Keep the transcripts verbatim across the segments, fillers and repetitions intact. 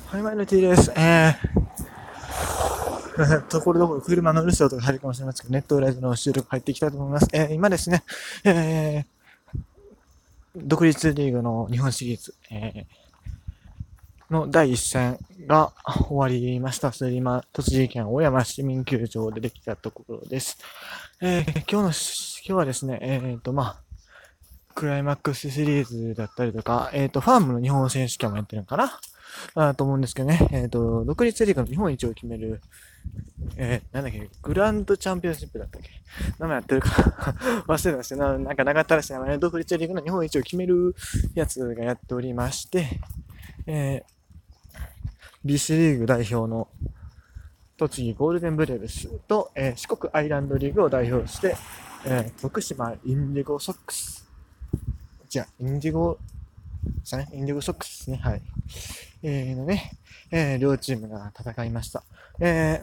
はい、マイルティです。えー、ところどころ車の留守音が入るかもしれませんが、ネットライブの収録入っていきたいと思います。えー、今ですね、えー、独立リーグの日本シリーズ、えー、のだいいっ戦が終わりました。それで今、栃木県小山市民球場でできたところです。えー、今日の、今日はですね、えーと、まあ、クライマックスシリーズだったりとか、えっ、ー、と、ファームの日本選手権もやってるのかなあと思うんですけどね、えっ、ー、と、独立リーグの日本一を決める、えー、なんだっけ、グランドチャンピオンシップだったっけ名前やってるか忘れましたな。なんか長ったらしい名前で、独立リーグの日本一を決めるやつがやっておりまして、えー、ビーシー リーグ代表の栃木ゴールデンブレーブスと、えー、四国アイランドリーグを代表して、えー、徳島インディゴソックス、じゃあ、インディゴ、インディゴソックスですね。はい。えー、のね、えー、両チームが戦いました。え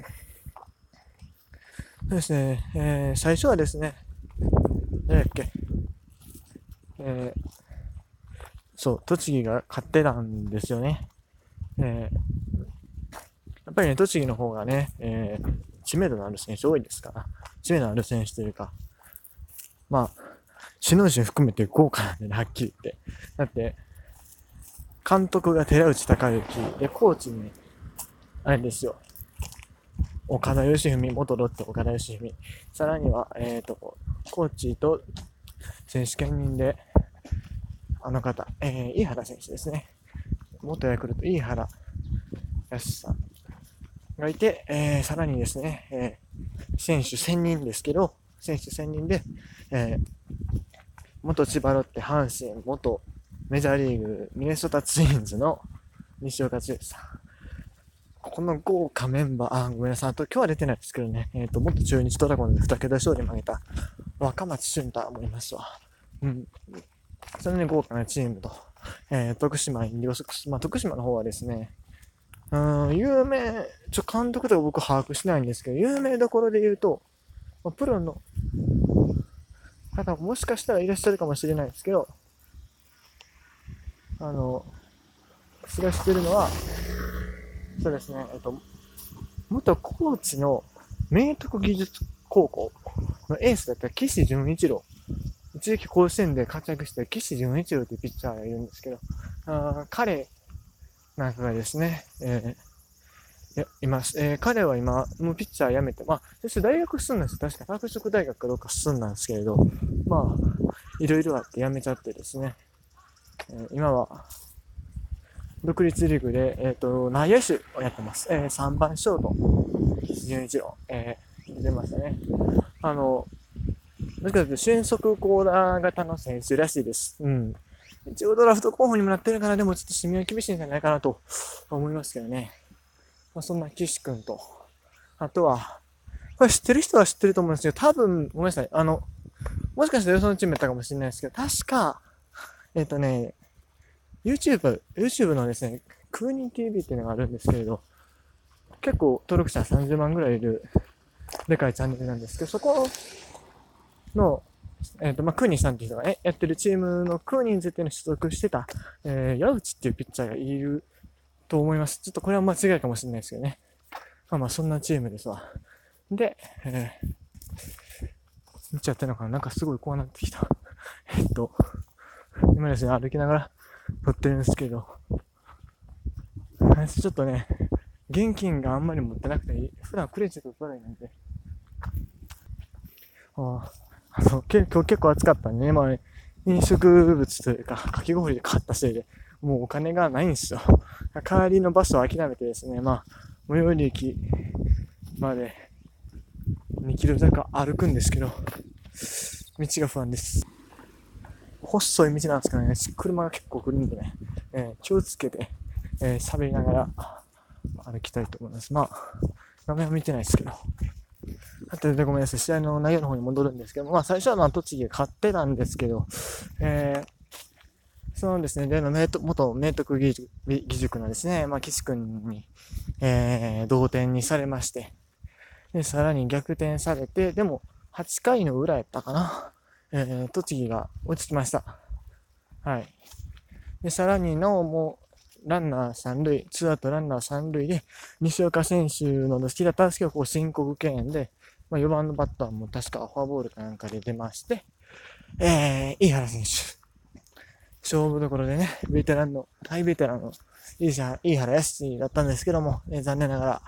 ー、そうですね、えー、最初はですね、誰だっけ、えー、そう、栃木が勝ってたんですよね。えー、やっぱりね、栃木の方がね、えー、知名度のある選手多いですから、知名度のある選手というか、まあ、首脳陣含めて豪華なんでね、はっきり言って。だって、監督が寺内孝之、で、コーチに、あれですよ、岡田義文、元ロッテ岡田義文、さらには、えっ、ー、と、コーチと選手兼任で、あの方、えー、飯原選手ですね。元ヤクルト、飯原康さんがいて、えー、さらにですね、えー、選手専任ですけど、選手専任で、えー、元千葉ロッテ、阪神、元メジャーリーグ、ミネソタツインズの西岡剛さん。この豪華メンバー、あ、ごめんなさい。あと今日は出てないですけどね、えっ、ー、と、元中日ドラゴンでに桁勝利曲げた若松俊太もいますわ。うん。それに豪華なチームと、えー、徳島インディゴソックス。まあ、徳島の方はですね、うん、有名、ちょ、監督とか僕把握しないんですけど、有名どころで言うと、まあ、プロの方もしかしたらいらっしゃるかもしれないですけど、あの、私が知ってるのは、そうですね、えっと、元コーチの明徳技術高校のエースだった岸潤一郎。一時期甲子園で活躍して岸潤一郎というピッチャーがいるんですけど、あ彼なんかがですね、えー、います。えー、彼は今、もうピッチャー辞めて、まあ、そして大学進んだんですよ。確か拓殖大学かどうか進んだんですけれど、まあ、いろいろあって辞めちゃってですね、えー、今は、独立リーグで、えっ、ー、と、内野手をやってます。えー、さんばんショート、岸潤一郎、えー、出ましたね。あの、とにかく俊足コーナー型の選手らしいです。うん。一応ドラフト候補にもなってるから、でもちょっと指名は厳しいんじゃないかなと思いますけどね。まあ、そんな岸君と、あとは、これ知ってる人は知ってると思うんですけど、多分、ごめんなさい。あの、もしかしたらよそのチームやったかもしれないですけど、確か、えっ、ー、とね、YouTube、YouTube のですね、クーニン ティーブイ っていうのがあるんですけれど、結構登録者さんじゅうまんぐらいいるでかいチャンネルなんですけど、そこの、えっ、ー、と、まあ、クーニンさんっていう人が、ね、やってるチームのクーニンズっていうのを所属してた、えー、矢内っていうピッチャーがいると思います。ちょっとこれは間違いかもしれないですけどね。まあまあ、そんなチームですわ。で、えー、見ちゃってるのかななんかすごいこうなってきた。えっと、今ですね、歩きながら撮ってるんですけど、ちょっとね、現金があんまり持ってなくて、普段クレジット取らないんで、ああの結構結構暑かったんでね、まあ、飲食物というか、かき氷で買ったせいで、もうお金がないんですよ。帰りのバスを諦めてですね、まあ、最寄り駅までにキロ弱歩くんですけど、道が不安です。細い道なんですけどね、車が結構来るんでね、えー、気をつけて、えー、喋りながら歩きたいと思います。まあ、画面は見てないですけど。あとでごめんなさい、試合の内容の方に戻るんですけど、まあ最初はまあ栃木が勝ってたんですけど、えー、そのですね、例の明元明徳義塾のですね、まあ岸君に、えー、同点にされまして、で、さらに逆転されて、でもはちかいの裏やったかな、えー、栃木が落ち着きました。はい。で、さらになおもランナー三塁、ツーアウトランナー三塁で、西岡選手の好きだったんですけど、こう申告敬遠で、まあ、よばんのバッターも確かフォアボールかなんかで出まして、えー、飯原選手。勝負どころでね、ベテランの、大ベテランの飯原康だったんですけども、えー、残念ながら、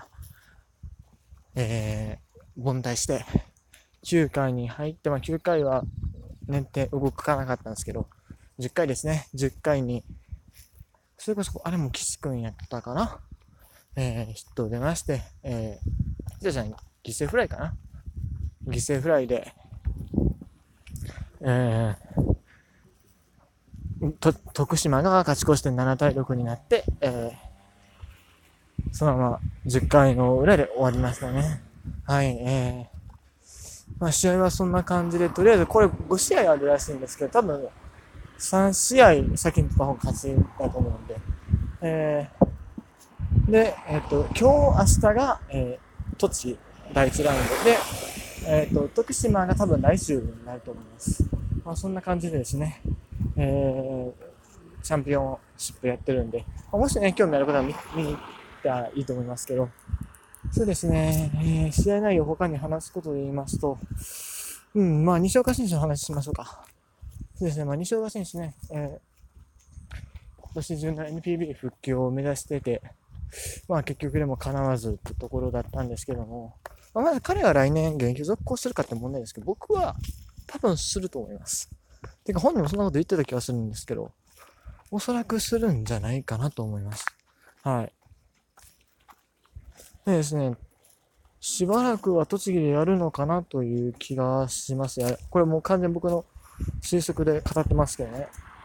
えー、凡退して、きゅうかいに入って、まあ、きゅうかいは年って動かなかったんですけど、じゅっかいですね。じゅっかいに、それこそ、あれも岸君やったかな。えー、ヒット出まして、えー、じゃあじゃあ、犠牲フライかな。犠牲フライで、えー、と、徳島が勝ち越してななたいろくになって、えー、そのままじゅっかいの裏で終わりましたね。はい、えー、まあ試合はそんな感じで、とりあえずこれごしあいあるらしいんですけど、多分さんしあい先に取った方が勝ちだと思うんで、えー、で、えっ、ー、と、今日、明日が、えー、栃木だいいちラウンドで、えっ、ー、と、徳島が多分来週になると思います。まあ、そんな感じでですね、えー、チャンピオンシップやってるんで、まあ、もしね、興味ある方は見見に行ったらいいと思いますけど、そうですね、えー、試合内容他に話すことで言いますと、うん、まあ、西岡選手の話しましょうか。そうですね、まあ、西岡選手ね、えー、今年中の エヌピービー 復帰を目指してて、まあ結局でも叶わずってところだったんですけども、まあ、まず彼が来年現役続行するかって問題ですけど、僕は多分すると思います。てか本人もそんなこと言ってた気がするんですけど、おそらくするんじゃないかなと思います。はい。でですね、しばらくは栃木でやるのかなという気がします。これもう完全に僕の推測で語ってますけどね。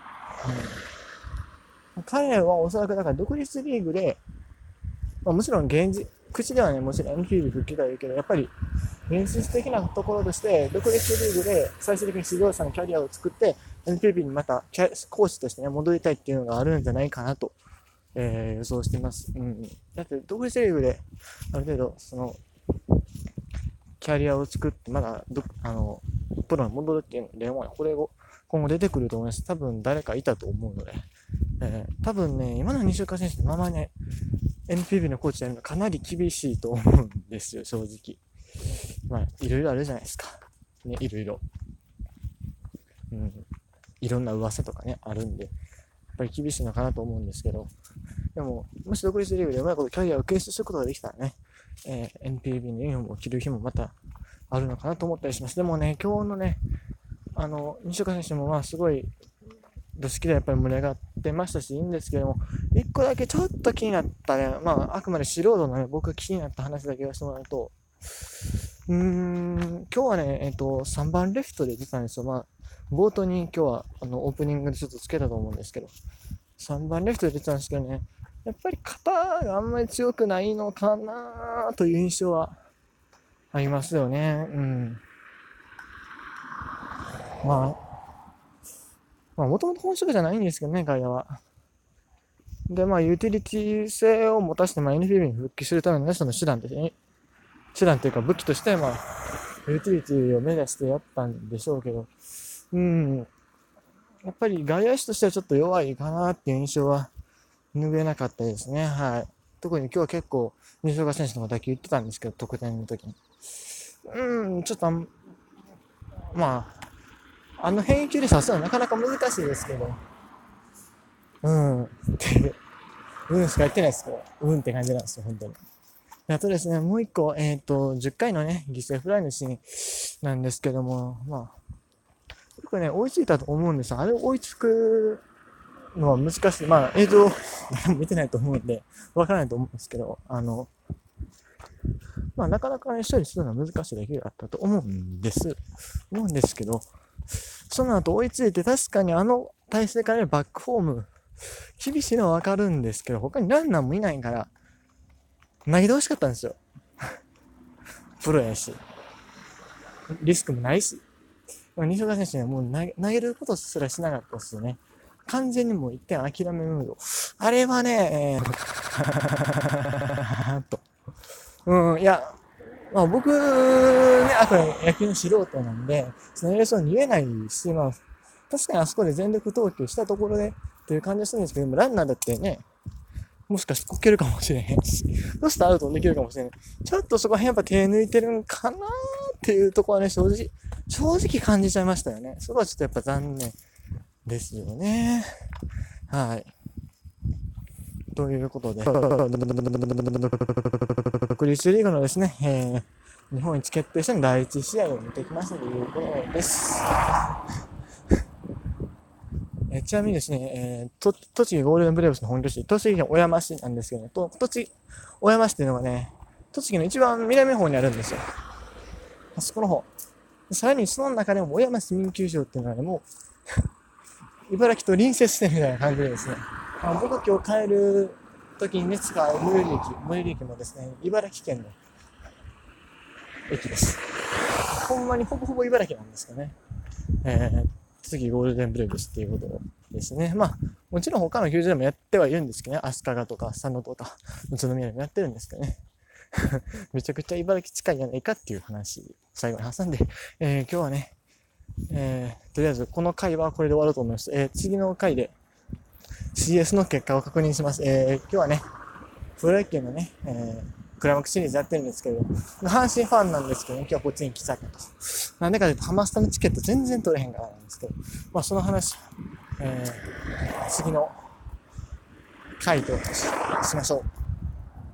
うん、彼はおそらくだから独立リーグで、まあ、もちろん現実、口ではね、もちろん エヌピービー 復帰がいいけど、やっぱり現実的なところとして、独立リーグで最終的に指導者のキャリアを作って、エヌピービー にまたコーチとしてね、戻りたいっていうのがあるんじゃないかなと、えー、予想しています。うん。だって、独立リーグで、ある程度、その、キャリアを作って、まだど、あの、プロに戻るっていう例は、これを今後出てくると思います。多分誰かいたと思うので、えー、多分ね、今の西岡選手のままね、エヌピービー のコーチやるのかなり厳しいと思うんですよ、正直。まあ、いろいろあるじゃないですか。ね、いろいろ。うん。いろんな噂とかね、あるんで、やっぱり厳しいのかなと思うんですけど、でも、もし独立リーグでうまいことキャリアを形成することができたらね、えー、エヌピービー のユニフォームを着る日もまたあるのかなと思ったりします。でもね、今日のね、あの、西岡選手もまあすごい、どしきでやっぱり盛り上がってましたし、いいんですけども、一個だけちょっと気になったね、まあ、あくまで素人のね、僕が気になった話だけ言わせてもらうと、うーん、今日はね、えっと、さんばんレフトで出たんですよ。まあ、冒頭に今日は、あの、オープニングでちょっとつけたと思うんですけど、さんばんレフトで出てたんですけどね、やっぱり肩があんまり強くないのかなという印象はありますよね。うん。まあ、まあ、もともと本職じゃないんですけどね、外野は。で、まあ、ユーティリティ性を持たせて、まあ、エヌピービー に復帰するためのね、その手段ですね。手段というか武器として、まあ、ユーティリティを目指してやったんでしょうけど、うん。やっぱり外野手としてはちょっと弱いかなっていう印象は拭えなかったですね。はい。特に今日は結構、西岡選手の打球言ってたんですけど、得点の時に。うん、ちょっと、まあ、あの変異球で刺すのはなかなか難しいですけど、うん、って、うんしか言ってないですけど、うんって感じなんですよ、本当に。あとですね、もう一個、えっ、ー、と、じゅっかいのね、犠牲フライのシーンなんですけども、まあ、よくね、追いついたと思うんですよ。あれ追いつくのは難しい。まあ、映像、誰も見てないと思うんで、わからないと思うんですけど、あの、まあ、なかなかね、処理するのは難しいだけだったと思うんです。思うんですけど、その後追いついて、確かにあの体勢からバックフォーム、厳しいのはわかるんですけど、他にランナーもいないから、投げてほしかったんですよ。プロやし。リスクもないし。西岡選手にはもう投げ、投げることすらしなかったですよね。完全にもう一点諦めムード。あれはね、えー、と。うん、いや、まあ僕、ね、あと野球の素人なんで、その偉そうに言えないし、まあ、確かにあそこで全力投球したところで、という感じがするんですけども、ランナーだってね、 もしかしてこけるかもしれへんし、そしたらアウトにできるかもしれない。ちょっとそこら辺やっぱ手抜いてるんかなーっていうところはね、正直、正直感じちゃいましたよね。そこはちょっとやっぱ残念ですよね。はい。ということで、独立リーグのですね、えー、日本一決定戦のだいいち試合を見てきましたということです。えー、ちなみにですね、えー、と栃木ゴールデンブレーブスの本拠地、栃木県小山市なんですけどね、と栃木、小山市っていうのがね、栃木の一番南の方にあるんですよ。あそこの方。さらにその中でも小山市民球場っていうのはね、もう、茨城と隣接してるみたいな感じでですね、あの僕今日帰る時にね、使う最寄り駅、最寄り駅もですね、茨城県の駅です。ほんまにほぼほぼ茨城なんですかね。えー、次ゴールデンブレーブスっていうことですね。まあ、もちろん他の球場でもやってはいるんですけどね、足利とか佐野とか宇都宮でもやってるんですけどね。めちゃくちゃ茨城近いやないかっていう話、最後に挟んで、えー、今日はね、えー、とりあえずこの回はこれで終わろうと思います。えー、次の回で シーエス の結果を確認します。えー、今日はね、プロ野球のね、えー、クライマックスシリーズやってるんですけど、阪神ファンなんですけどね、今日はこっちに来ちゃったと。なんでかというと、ハマスタのチケット全然取れへんからなんですけど、まあその話、えー、次の回としましょう。